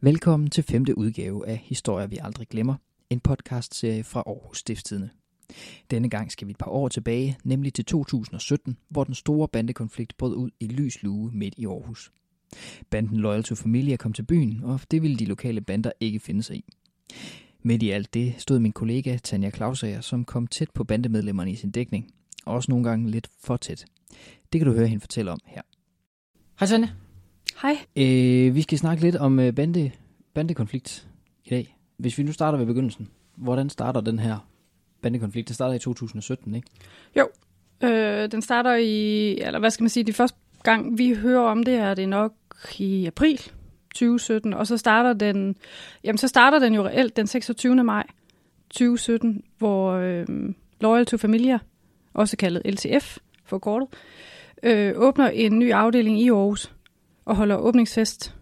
Velkommen til 5. udgave af Historier vi aldrig glemmer, en podcastserie fra Aarhus Stiftstidende. Denne gang skal vi et par år tilbage, nemlig til 2017, hvor den store bandekonflikt brød ud i lys lue midt i Aarhus. Banden Loyal to Familia kom til byen, og det ville de lokale bander ikke finde sig i. Midt i alt det stod min kollega Tanja Clausager, som kom tæt på bandemedlemmerne i sin dækning, og også nogle gange lidt for tæt. Det kan du høre hende fortælle om her. Hej Tanja. Hej. Vi skal snakke lidt om bandekonflikt i dag. Hvis vi nu starter ved begyndelsen, hvordan starter den her bandekonflikt? Det starter i 2017, ikke? Jo, den starter de første gang vi hører om det, er det nok i april 2017, og så starter den jo reelt den 26. maj 2017, hvor Loyal to Familia, også kaldet LTF forkortet, åbner en ny afdeling i Aarhus og holder åbningsfest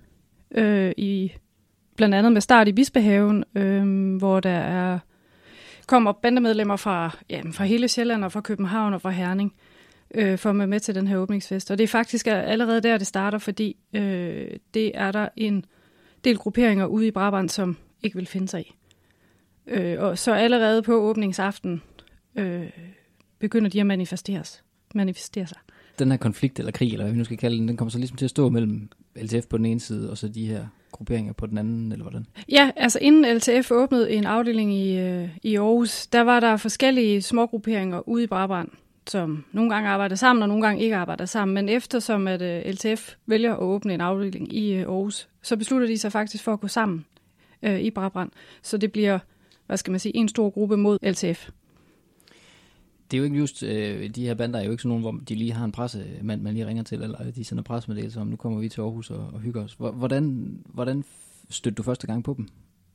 blandt andet med start i Bispehaven, hvor der kommer bandemedlemmer fra hele Sjælland og fra København og fra Herning for at være med til den her åbningsfest. Og det er faktisk allerede der, det starter, fordi det er der en del grupperinger ude i Brabant, som ikke vil finde sig i. Og så allerede på åbningsaften begynder de at manifestere sig. Den her konflikt eller krig, eller hvad vi nu skal kalde den kommer så ligesom til at stå mellem LTF på den ene side, og så de her grupperinger på den anden, eller hvordan? Ja, altså inden LTF åbnede en afdeling i Aarhus, der var der forskellige smågrupperinger ude i Brabant, som nogle gange arbejder sammen, og nogle gange ikke arbejder sammen. Men eftersom at LTF vælger at åbne en afdeling i Aarhus, så beslutter de sig faktisk for at gå sammen i Brabant. Så det bliver, en stor gruppe mod LTF. Det er jo ikke just, de her bander er jo ikke sådan nogen, hvor de lige har en pressemand, man lige ringer til, eller de sender pressemeddelelser om, nu kommer vi til Aarhus og hygger os. Hvordan stødte du første gang på dem?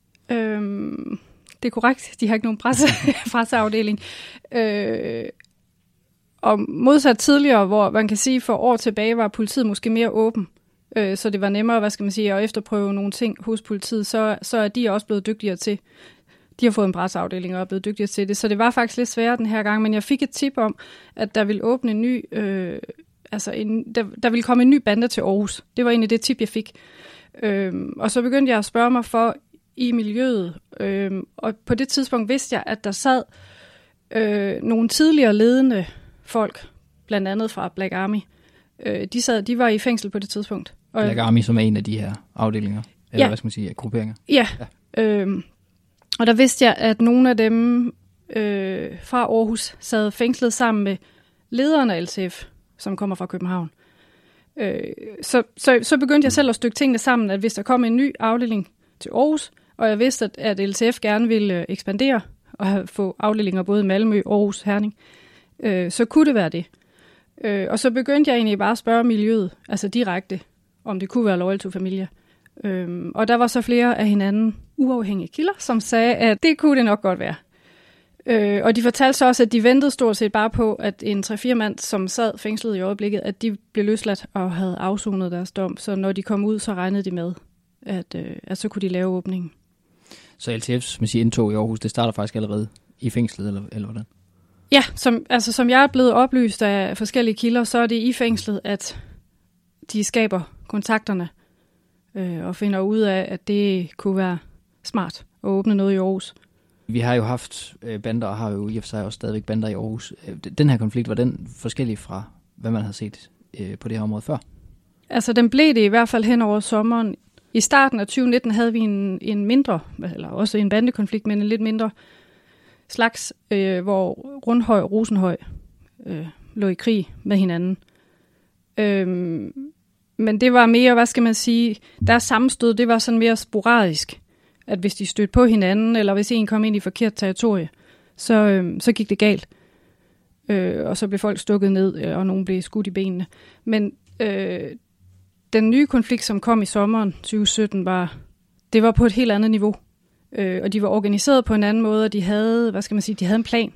Det er korrekt, de har ikke nogen presseafdeling. Og modsat tidligere, hvor man kan sige, for år tilbage var politiet måske mere åben, så det var nemmere, at efterprøve nogle ting hos politiet, så er de også blevet dygtigere til. De har fået en presseafdeling og er blevet dygtigere til det. Så det var faktisk lidt sværere den her gang, men jeg fik et tip om, at der ville åbne en ny, der ville komme en ny bande til Aarhus. Det var egentlig det tip, jeg fik. Og så begyndte jeg at spørge mig for i miljøet, og på det tidspunkt vidste jeg, at der sad nogle tidligere ledende folk, blandt andet fra Black Army. De var i fængsel på det tidspunkt. Black Army, som er en af de her afdelinger, eller grupperinger? Ja. Og der vidste jeg, at nogle af dem fra Aarhus sad fængslet sammen med lederen af LTF, som kommer fra København. Så begyndte jeg selv at stykke tingene sammen, at hvis der kom en ny afdeling til Aarhus, og jeg vidste, at LTF gerne ville ekspandere og få afdelinger både i Malmø, Aarhus, Herning, så kunne det være det. Og så begyndte jeg egentlig bare at spørge miljøet, altså direkte, om det kunne være Loyal to Familia. Og der var så flere af hinanden uafhængige kilder, som sagde, at det kunne det nok godt være. Og de fortalte så også, at de ventede stort set bare på, at en 3-4 mand, som sad fængslet i øjeblikket, at de blev løsladt og havde afsonet deres dom. Så når de kom ud, så regnede de med, at så kunne de lave åbningen. Så LTF's indtog i Aarhus, det starter faktisk allerede i fængslet, eller hvordan? Ja, som jeg er blevet oplyst af forskellige kilder, så er det i fængslet, at de skaber kontakterne og finder ud af, at det kunne være smart at åbne noget i Aarhus. Vi har jo haft bander, og har jo i og for sig også stadigvæk bander i Aarhus. Den her konflikt, var den forskellig fra, hvad man havde set på det her område før? Altså, den blev det i hvert fald hen over sommeren. I starten af 2019 havde vi en mindre, eller også en bandekonflikt, men en lidt mindre slags, hvor Rundhøj og Rosenhøj lå i krig med hinanden. Men det var mere, deres sammenstød, det var sådan mere sporadisk, at hvis de stødte på hinanden, eller hvis en kom ind i forkert territorie, så gik det galt. Og så blev folk stukket ned, og nogen blev skudt i benene. Men den nye konflikt, som kom i sommeren 2017, det var på et helt andet niveau. Og de var organiseret på en anden måde, og de havde, de havde en plan.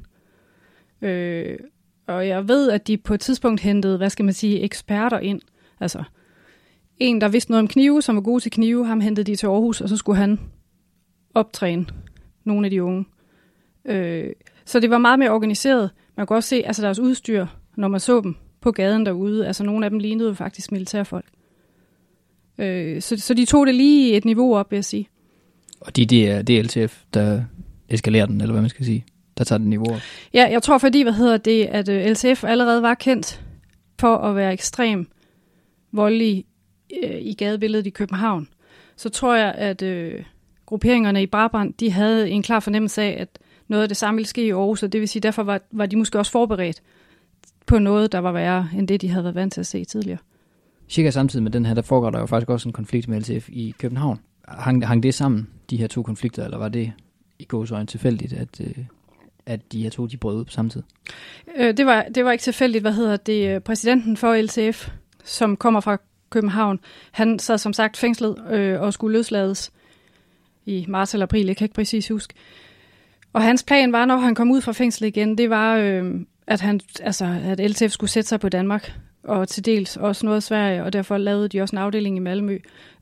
Og jeg ved, at de på et tidspunkt hentede, eksperter ind. Altså, en, der vidste noget om knive, som var god til knive, ham hentede de til Aarhus, og så skulle han optræne nogle af de unge. Så det var meget mere organiseret. Man kunne også se deres udstyr, når man så dem på gaden derude. Altså, nogle af dem lignede jo faktisk militærfolk. Så de tog det lige et niveau op, vil jeg sige. Og det er LTF, der eskalerer den, eller hvad man skal sige, der tager den niveau op? Ja, jeg tror fordi, at LTF allerede var kendt for at være ekstrem voldelig i gadebilledet i København. Så tror jeg, at grupperingerne i Brabrand, de havde en klar fornemmelse af, at noget af det samme ville ske i Aarhus, og det vil sige, derfor var de måske også forberedt på noget, der var værre, end det, de havde været vant til at se tidligere. Cirka samtidig med den her, der foregår der jo faktisk også en konflikt med LTF i København. Hang det sammen, de her to konflikter, eller var det i gåseøjne tilfældigt, at de her to, de brød ud på samme tid? Det var ikke tilfældigt. Præsidenten for LTF, som kommer fra København, han sad som sagt fængslet og skulle løslades i marts eller april, jeg kan ikke præcis huske. Og hans plan var, når han kom ud fra fængslet igen, det var, at LTF skulle sætte sig på Danmark, og til dels også noget af Sverige, og derfor lavede de også en afdeling i Malmø.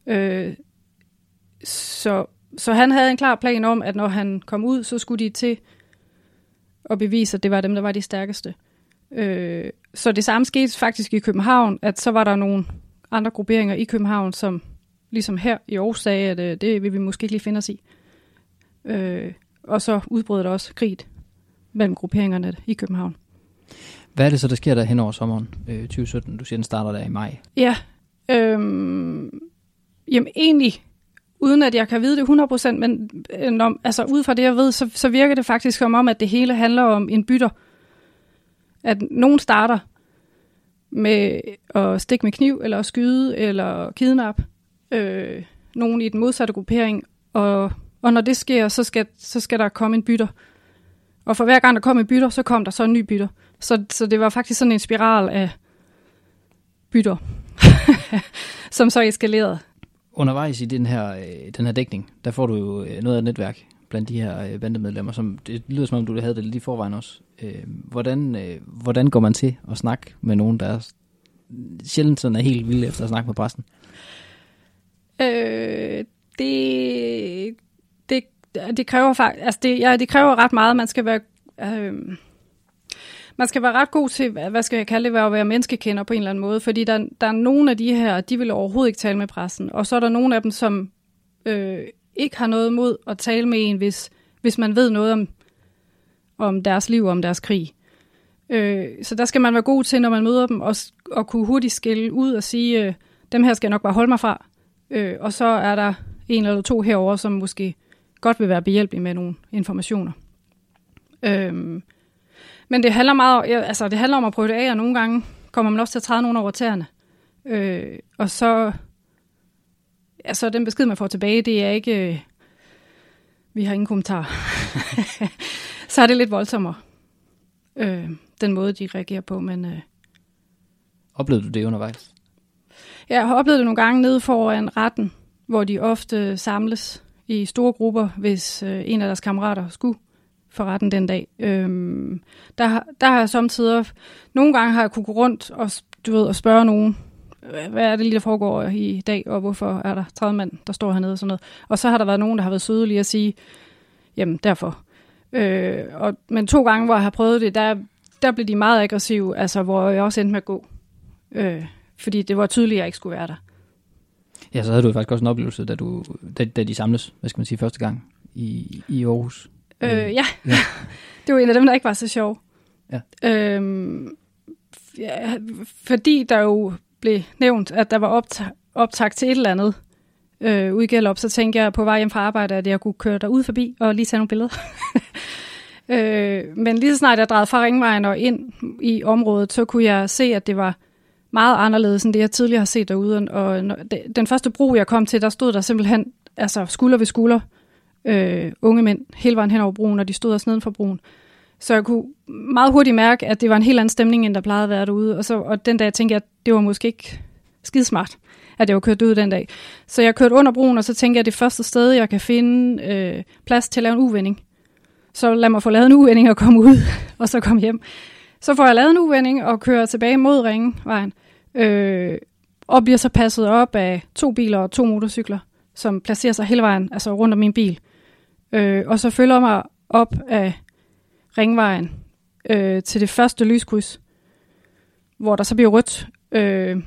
Så han havde en klar plan om, at når han kom ud, så skulle de til at bevise, at det var dem, der var de stærkeste. Så det samme skete faktisk i København, at så var der nogle andre grupperinger i København, som ligesom her i Aarhus sagde, at det vil vi måske ikke lige finde os i. Og så udbrød der også krig mellem grupperingerne i København. Hvad er det så, der sker der hen over sommeren 2017? Du siger, den starter der i maj. Ja, jamen egentlig, uden at jeg kan vide det 100%, men ud fra det, jeg ved, så virker det faktisk som om, at det hele handler om en bytter. At nogen starter med at stikke med kniv, eller skyde, eller kidnap nogen i den modsatte gruppering, og når det sker, så skal der komme en bytter. Og for hver gang der kom en bytter, så kom der så en ny bytter. Så det var faktisk sådan en spiral af bytter, som så eskalerede. Undervejs i den her dækning, der får du jo noget af et netværk blandt de her bandemedlemmer, som det lyder som om, du havde det lidt i forvejen også. Hvordan går man til at snakke med nogen, der er sjældent sådan er helt vilde efter at snakke med præsten? Det kræver faktisk, det kræver ret meget. Man skal være ret god til, hvad skal jeg kalde det, at være menneskekender på en eller anden måde, fordi der er nogle af de her, de vil overhovedet ikke tale med præsten, og så er der nogle af dem, som ikke har noget mod at tale med en, hvis man ved noget om deres liv og om deres krig. Så der skal man være god til, når man møder dem, og kunne hurtigt skille ud og sige, dem her skal jeg nok bare holde mig fra, og så er der en eller to herover, som måske godt vil være behjælpelige med nogle informationer. Men det handler om at prøve det af, og nogle gange kommer man også til at træde nogen over tæerne. Og så den besked, man får tilbage, det er ikke, vi har ingen kommentar. Så er det lidt voldsommere, den måde, de reagerer på. Men oplevede du det undervejs? Ja, jeg har oplevet det nogle gange nede foran retten, hvor de ofte samles i store grupper, hvis en af deres kammerater skulle for retten den dag. Der har jeg samtidig, nogle gange har jeg kunne gå rundt og spørge nogen, hvad er det lige, der foregår i dag, og hvorfor er der 30 mand, der står hernede og sådan noget. Og så har der været nogen, der har været søde lige at sige, jamen derfor. Men 2 gange, hvor jeg har prøvet det, der blev de meget aggressive, altså hvor jeg også endte med at gå. Fordi det var tydeligt, at jeg ikke skulle være der. Ja, så havde du faktisk også en oplevelse, da de samles, hvad skal man sige, første gang i Aarhus. Ja. Det var en af dem, der ikke var så sjov. Ja. Fordi der jo blev nævnt, at der var optakt til et eller andet ude i Gellerup, så tænkte jeg på vej hjem fra arbejde, at jeg kunne køre derud forbi og lige tage nogle billeder. Men lige så snart jeg drejede fra Ringvejen og ind i området, så kunne jeg se, at det var meget anderledes, end det jeg tidligere har set derude. Og den første bro, jeg kom til, der stod der simpelthen skulder ved skulder unge mænd hele vejen hen over broen, og de stod også neden for broen. Så jeg kunne meget hurtigt mærke, at det var en helt anden stemning, end der plejede at være derude. Og den dag tænkte jeg, at det var måske ikke skidesmart, at jeg var kørt ud den dag. Så jeg kørte under broen, og så tænkte jeg, at det første sted, jeg kan finde plads til at lave en uvending. Så lad mig få lavet en uvending og komme ud, og så komme hjem. Så får jeg lavet en uvending og kører tilbage mod Ringvejen, og bliver så passet op af 2 biler og 2 motorcykler, som placerer sig hele vejen, altså rundt om min bil. Og så følger mig op af Ringvejen til det første lyskryds, hvor der så bliver rødt.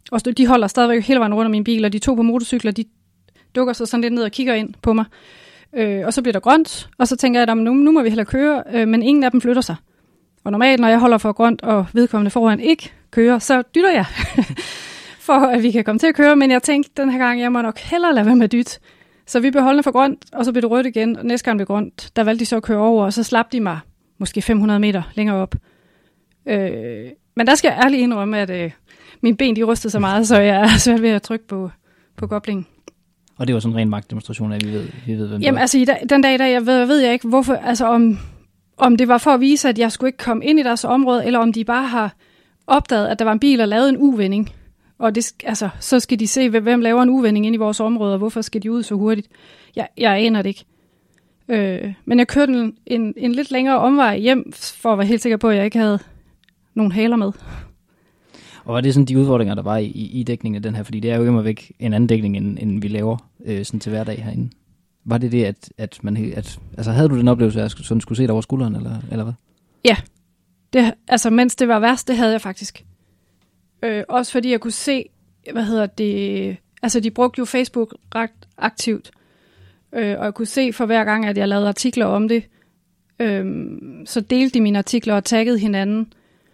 Og de holder stadigvæk hele vejen rundt om min bil, og de 2 på motorcykler, de dukker sig sådan lidt ned og kigger ind på mig. Og så bliver der grønt, og så tænker jeg, at nu må vi hellere køre, men ingen af dem flytter sig. Og normalt, når jeg holder for grønt, og vedkommende foran ikke kører, så dytter jeg, for at vi kan komme til at køre. Men jeg tænkte den her gang, jeg må nok hellere lade være med at dytte. Så vi blev holdende for grønt, og så blev det rødt igen, og næste gang blev grønt. Der valgte de så at køre over, og så slap de mig måske 500 meter længere op. Men der skal jeg ærligt indrømme, at mine ben de rystede så meget, så jeg er svært ved at trykke på koblingen. Og det var sådan en ren magtdemonstration af, vi ved hvem. Jamen altså, den dag i dag, jeg ved jeg ikke, hvorfor, altså om det var for at vise, at jeg skulle ikke komme ind i deres område, eller om de bare har opdaget, at der var en bil og lavet en uvending. Og det, altså, så skal de se, hvem laver en uvending ind i vores område, og hvorfor skal de ud så hurtigt. Jeg aner det ikke. Men jeg kørte en lidt længere omvej hjem, for at være helt sikker på, at jeg ikke havde nogen haler med. Og var det sådan de udfordringer, der var i dækningen af den her? Fordi det er jo immer væk en anden dækning, end vi laver sådan til hverdag herinde. Var det, altså havde du den oplevelse, at sådan skulle se dig over skulderen, eller hvad? Ja. Altså, mens det var værst, det havde jeg faktisk. Også fordi jeg kunne se, altså de brugte jo Facebook ret aktivt. Og jeg kunne se for hver gang, at jeg lavede artikler om det, så delte de mine artikler og taggede hinanden.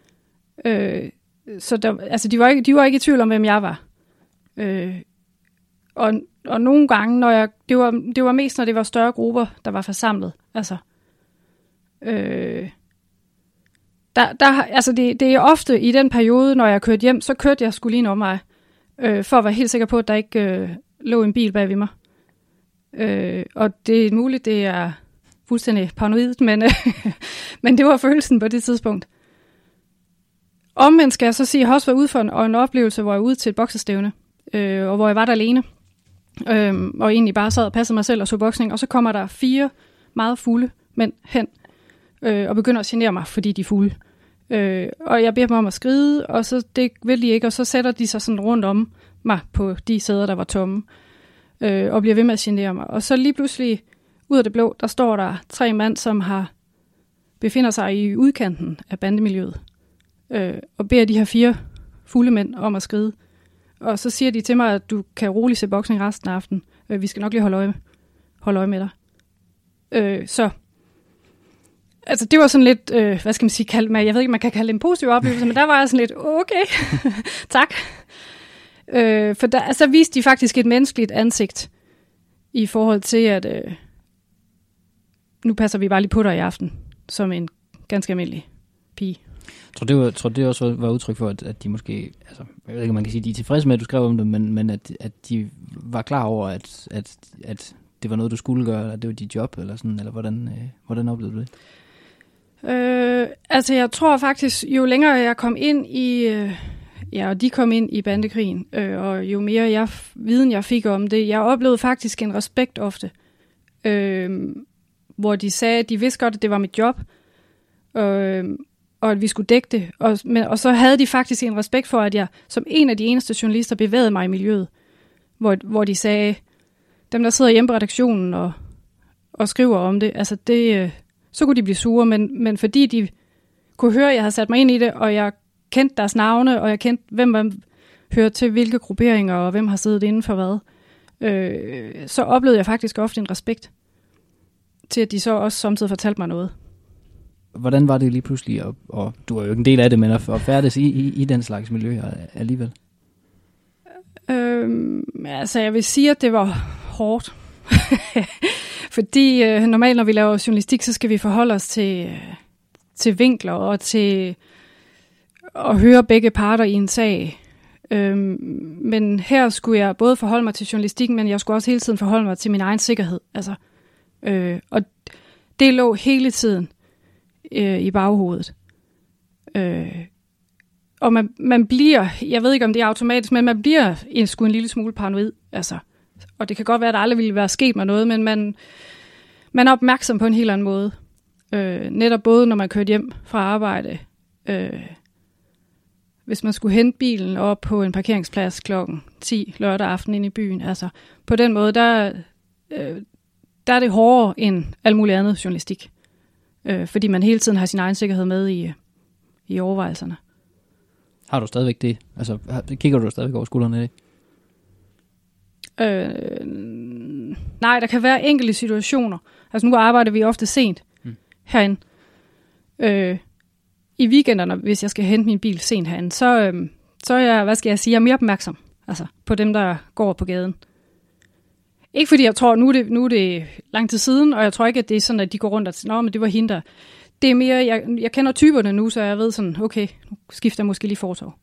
Så altså de var ikke i tvivl om, hvem jeg var. Og nogle gange, det var mest, når det var større grupper, der var forsamlet. Altså, altså det er ofte i den periode, når jeg kørte hjem, så kørte jeg sgu lige en omvej, for at være helt sikker på, at der ikke lå en bil bag ved mig. Og det er muligt, det er fuldstændig paranoid, men det var følelsen på det tidspunkt. Omvendt skal jeg så sige, at jeg har også været ude for en oplevelse, hvor jeg var ude til et boksestævne, og hvor jeg var der alene, og egentlig bare sad og passede mig selv og så boksning, og så kommer der 4 meget fulde mænd hen, og begynder at genere mig, fordi de er fulde. Og jeg beder dem om at skride, og så det vil de ikke, og så sætter de sig sådan rundt om mig på de sæder, der var tomme, og bliver ved med at genere mig. Og så lige pludselig, ud af det blå, der står der 3 mænd, som befinder sig i udkanten af bandemiljøet, og beder de her 4 fulde mænd om at skride. Og så siger de til mig, at du kan roligt se boksning resten af aftenen. Vi skal nok lige holde øje med dig. Så altså det var sådan lidt, hvad skal man sige, jeg ved ikke, man kan kalde det en positiv oplevelse, men der var jeg sådan lidt, okay, tak. For så viste de faktisk et menneskeligt ansigt i forhold til, at nu passer vi bare lige på dig i aften, som en ganske almindelig pige. Tror det også var udtryk for, at de måske, altså, jeg ved ikke, om man kan sige, at de er tilfredse med, at du skrev om det, men at de var klar over, at det var noget, du skulle gøre, eller det var dit job, eller sådan, eller hvordan oplevede du det? Altså, jeg tror faktisk, jo længere jeg kom ind i, og de kom ind i bandekrigen, og jo mere viden jeg fik om det, jeg oplevede faktisk en respekt ofte, hvor de sagde, at de vidste godt, at det var mit job, og at vi skulle dække det. Og så havde de faktisk en respekt for, at jeg som en af de eneste journalister bevægede mig i miljøet, hvor de sagde, dem der sidder hjemme på redaktionen og skriver om det, altså det, så kunne de blive sure, men fordi de kunne høre, at jeg havde sat mig ind i det, og jeg kendte deres navne, og jeg kendte, hvem hører til hvilke grupperinger, og hvem har siddet inden for hvad, så oplevede jeg faktisk ofte en respekt til, at de så også samtidig fortalte mig noget. Hvordan var det lige pludselig, og du er jo ikke en del af det, men at færdes i den slags miljøer alligevel? Altså jeg vil sige, at det var hårdt. Fordi normalt, når vi laver journalistik, så skal vi forholde os til vinkler og til at høre begge parter i en sag. Men her skulle jeg både forholde mig til journalistikken, men jeg skulle også hele tiden forholde mig til min egen sikkerhed. Altså, og det lå hele tiden i baghovedet. Og man bliver, jeg ved ikke om det er automatisk, men man bliver sgu en lille smule paranoid. Altså, og det kan godt være, at der aldrig ville være sket med noget, men man er opmærksom på en helt anden måde. Netop både når man kørte hjem fra arbejde, hvis man skulle hente bilen op på en parkeringsplads klokken 10 lørdag aften inde i byen. Altså, på den måde, der er det hårdere end alt muligt andet journalistik. Fordi man hele tiden har sin egen sikkerhed med i overvejelserne. Har du stadigvæk det? Altså, kigger du stadigvæk over skuldrene af det? Nej, der kan være enkelte situationer. Altså nu arbejder vi ofte sent herinde. I weekenderne, hvis jeg skal hente min bil sent herinde, så er jeg, jeg er mere opmærksom altså, på dem, der går på gaden. Ikke fordi jeg tror, nu er det lang tid siden, og jeg tror ikke, at det er sådan, at de går rundt og siger, men det var hende der. Det er mere, jeg kender typerne nu, så jeg ved sådan, okay, nu skifter jeg måske lige fortov.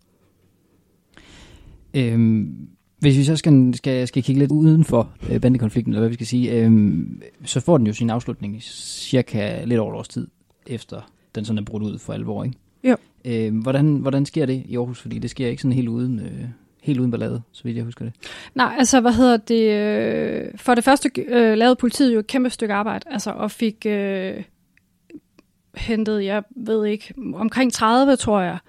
Hvis vi så skal kigge lidt uden for bandekonflikten, eller hvad vi skal sige, så får den jo sin afslutning cirka lidt over et års tid, efter den sådan er brudt ud for alvor, ikke? Jo. Hvordan sker det i Aarhus? Fordi det sker ikke sådan helt uden ballade, så vidt jeg husker det. Nej, altså for det første lavede politiet jo et kæmpe stykke arbejde, altså og fik hentet, jeg ved ikke, omkring 30, tror jeg,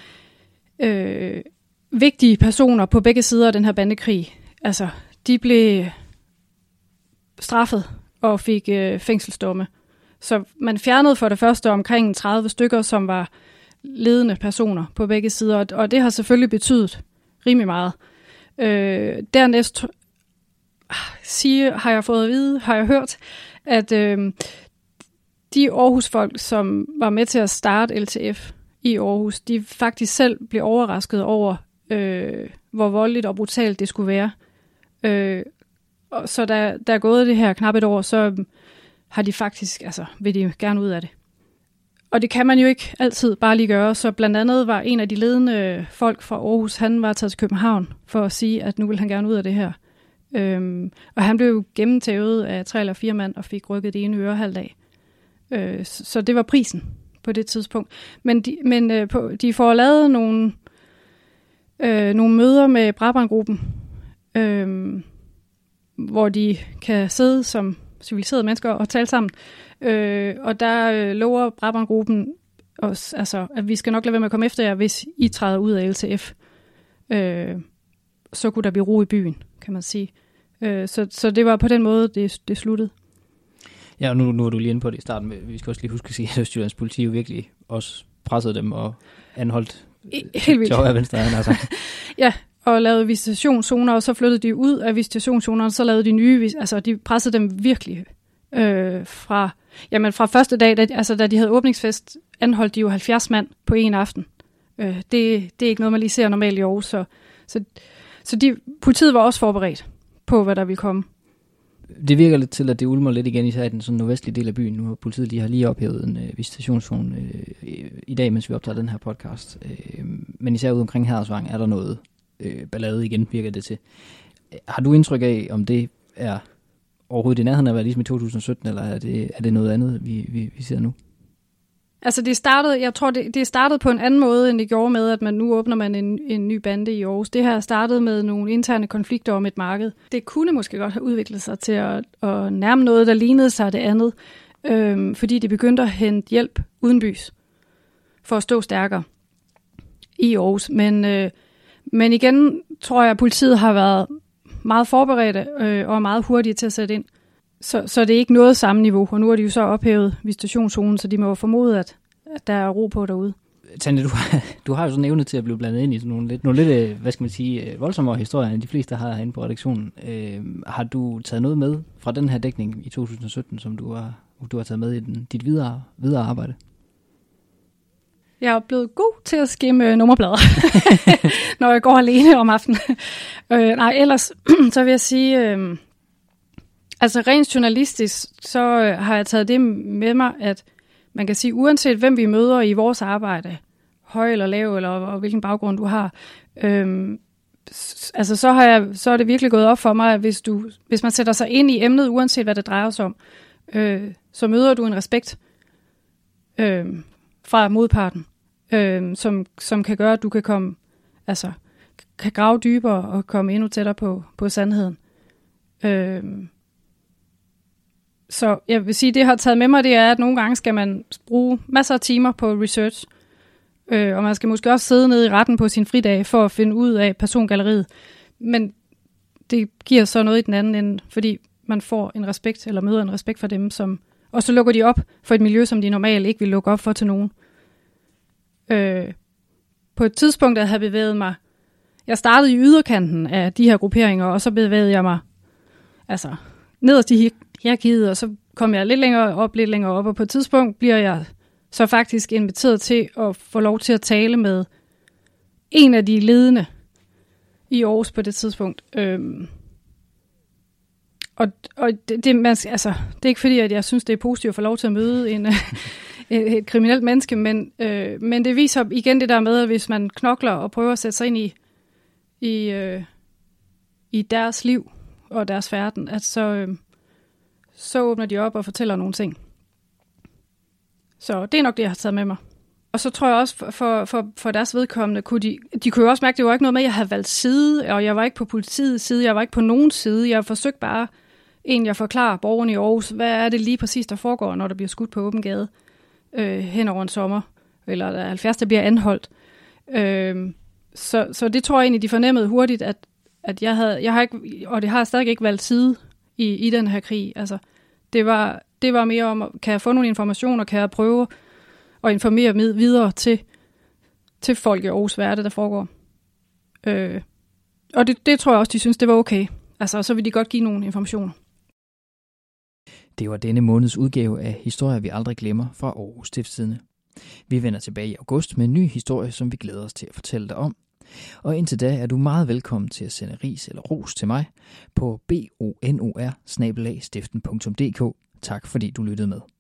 vigtige personer på begge sider af den her bandekrig. Altså, de blev straffet og fik fængselsdomme. Så man fjernede for det første omkring 30 stykker, som var ledende personer på begge sider, og det har selvfølgelig betydet rimelig meget. Dernæst har jeg hørt, at de Aarhus-folk, som var med til at starte LTF i Aarhus, de faktisk selv blev overrasket over, hvor voldeligt og brutalt det skulle være. Så der er gået det her knap et år, så har de faktisk, vil de gerne ud af det. Og det kan man jo ikke altid bare lige gøre, så blandt andet var en af de ledende folk fra Aarhus, han var taget til København for at sige, at nu vil han gerne ud af det her. Og han blev gennemtævet af 3 eller 4 mand og fik rykket det ene øre halvdag. Så det var prisen på det tidspunkt. Men de får lavet nogle møder med Brabrandgruppen, hvor de kan sidde som civiliserede mennesker og tale sammen. Og der lover Brabrandgruppen os, at vi skal nok lade være med at komme efter jer, hvis I træder ud af LTF. Så kunne der blive ro i byen, kan man sige. Så det var på den måde, det sluttede. Ja, og nu er du lige inde på det i starten. Vi skal også lige huske at sige, at Østjyllands politi jo virkelig også pressede dem og anholdt helt vildt. Til højre og venstre. Altså. Ja, og lavede visitationszoner, og så flyttede de ud af visitationszonerne, og så lavede de nye, de pressede dem virkelig fra første dag, da de havde åbningsfest, anholdt de jo 70 mand på en aften. Det er ikke noget, man lige ser normalt i Aarhus, så politiet var også forberedt på, hvad der ville komme. Det virker lidt til, at det ulmer lidt igen, især i den sådan nordvestlige del af byen. Nu har politiet har lige ophævet en visitationszone i dag, mens vi optager den her podcast. Men især ude omkring Hadersvang er der noget ballade igen, virker det til. Har du indtryk af, om det er overhovedet i nærheden af at være ligesom i 2017, eller er det noget andet, vi ser nu? Altså jeg tror det startede på en anden måde, end det gjorde med, at nu åbner man en ny bande i Aarhus. Det her startede med nogle interne konflikter om et marked. Det kunne måske godt have udviklet sig til at nærme noget, der lignede sig det andet, fordi det begyndte at hente hjælp udenbys for at stå stærkere i Aarhus. Men igen tror jeg, at politiet har været meget forberedte og meget hurtige til at sætte ind. Så det er ikke noget samme niveau, og nu er de jo så ophævet visitationszonen, så de må formode, at der er ro på derude. Tanja, du har jo sådan en evne til at blive blandet ind i sådan nogle lidt hvad skal man sige, voldsommere historier, end de fleste har herinde på redaktionen. Har du taget noget med fra den her dækning i 2017, som du har taget med i dit videre arbejde? Jeg er blevet god til at skimme nummerplader, når jeg går alene om aftenen. Ellers så vil jeg sige... rent journalistisk, så har jeg taget det med mig, at man kan sige, uanset hvem vi møder i vores arbejde, høj eller lav, eller hvilken baggrund du har, så er det virkelig gået op for mig, at hvis man sætter sig ind i emnet, uanset hvad det drejer sig om, så møder du en respekt fra modparten, som kan gøre, at du kan komme, kan grave dybere og komme endnu tættere på sandheden. Så jeg vil sige, det jeg har taget med mig, det er, at nogle gange skal man bruge masser af timer på research, og man skal måske også sidde nede i retten på sin fridag for at finde ud af persongalleriet. Men det giver så noget i den anden ende, fordi man får en respekt, eller møder en respekt for dem, og så lukker de op for et miljø, som de normalt ikke vil lukke op for til nogen. på et tidspunkt at have bevæget mig. Jeg startede i yderkanten af de her grupperinger, og så bevægede jeg mig altså nederst i hierarkiet, og så kom jeg lidt længere op, og på et tidspunkt bliver jeg så faktisk inviteret til at få lov til at tale med en af de ledende i Aarhus på det tidspunkt. Og det er ikke fordi, at jeg synes, det er positivt at få lov til at møde et kriminelt menneske, men det viser igen det der med, at hvis man knokler og prøver at sætte sig ind i deres liv og deres verden, at så åbner de op og fortæller nogle ting. Så det er nok det, jeg har taget med mig. Og så tror jeg også, for deres vedkommende, de kunne jo også mærke, at det var ikke noget med, at jeg havde valgt side, og jeg var ikke på politiets side, jeg var ikke på nogen side. Jeg forsøgte bare egentlig at forklare borgerne i Aarhus, hvad er det lige præcis, der foregår, når der bliver skudt på åben gade hen over en sommer, eller der er 70, der bliver anholdt. Så det tror jeg egentlig, de fornemmede hurtigt, at jeg har ikke, og det har jeg stadig ikke valgt side i den her krig. Altså, det var mere om, kan jeg få nogle informationer, kan jeg prøve at informere videre til folk i Aarhus, hvad er det, der foregår. Og det tror jeg også, de synes, det var okay. Altså, så vil de godt give nogle informationer. Det var denne måneds udgave af Historier, vi aldrig glemmer fra Aarhus Stiftstidende. Vi vender tilbage i august med en ny historie, som vi glæder os til at fortælle dig om. Og indtil da er du meget velkommen til at sende ris eller ros til mig på bonor@stiften.dk. Tak fordi du lyttede med.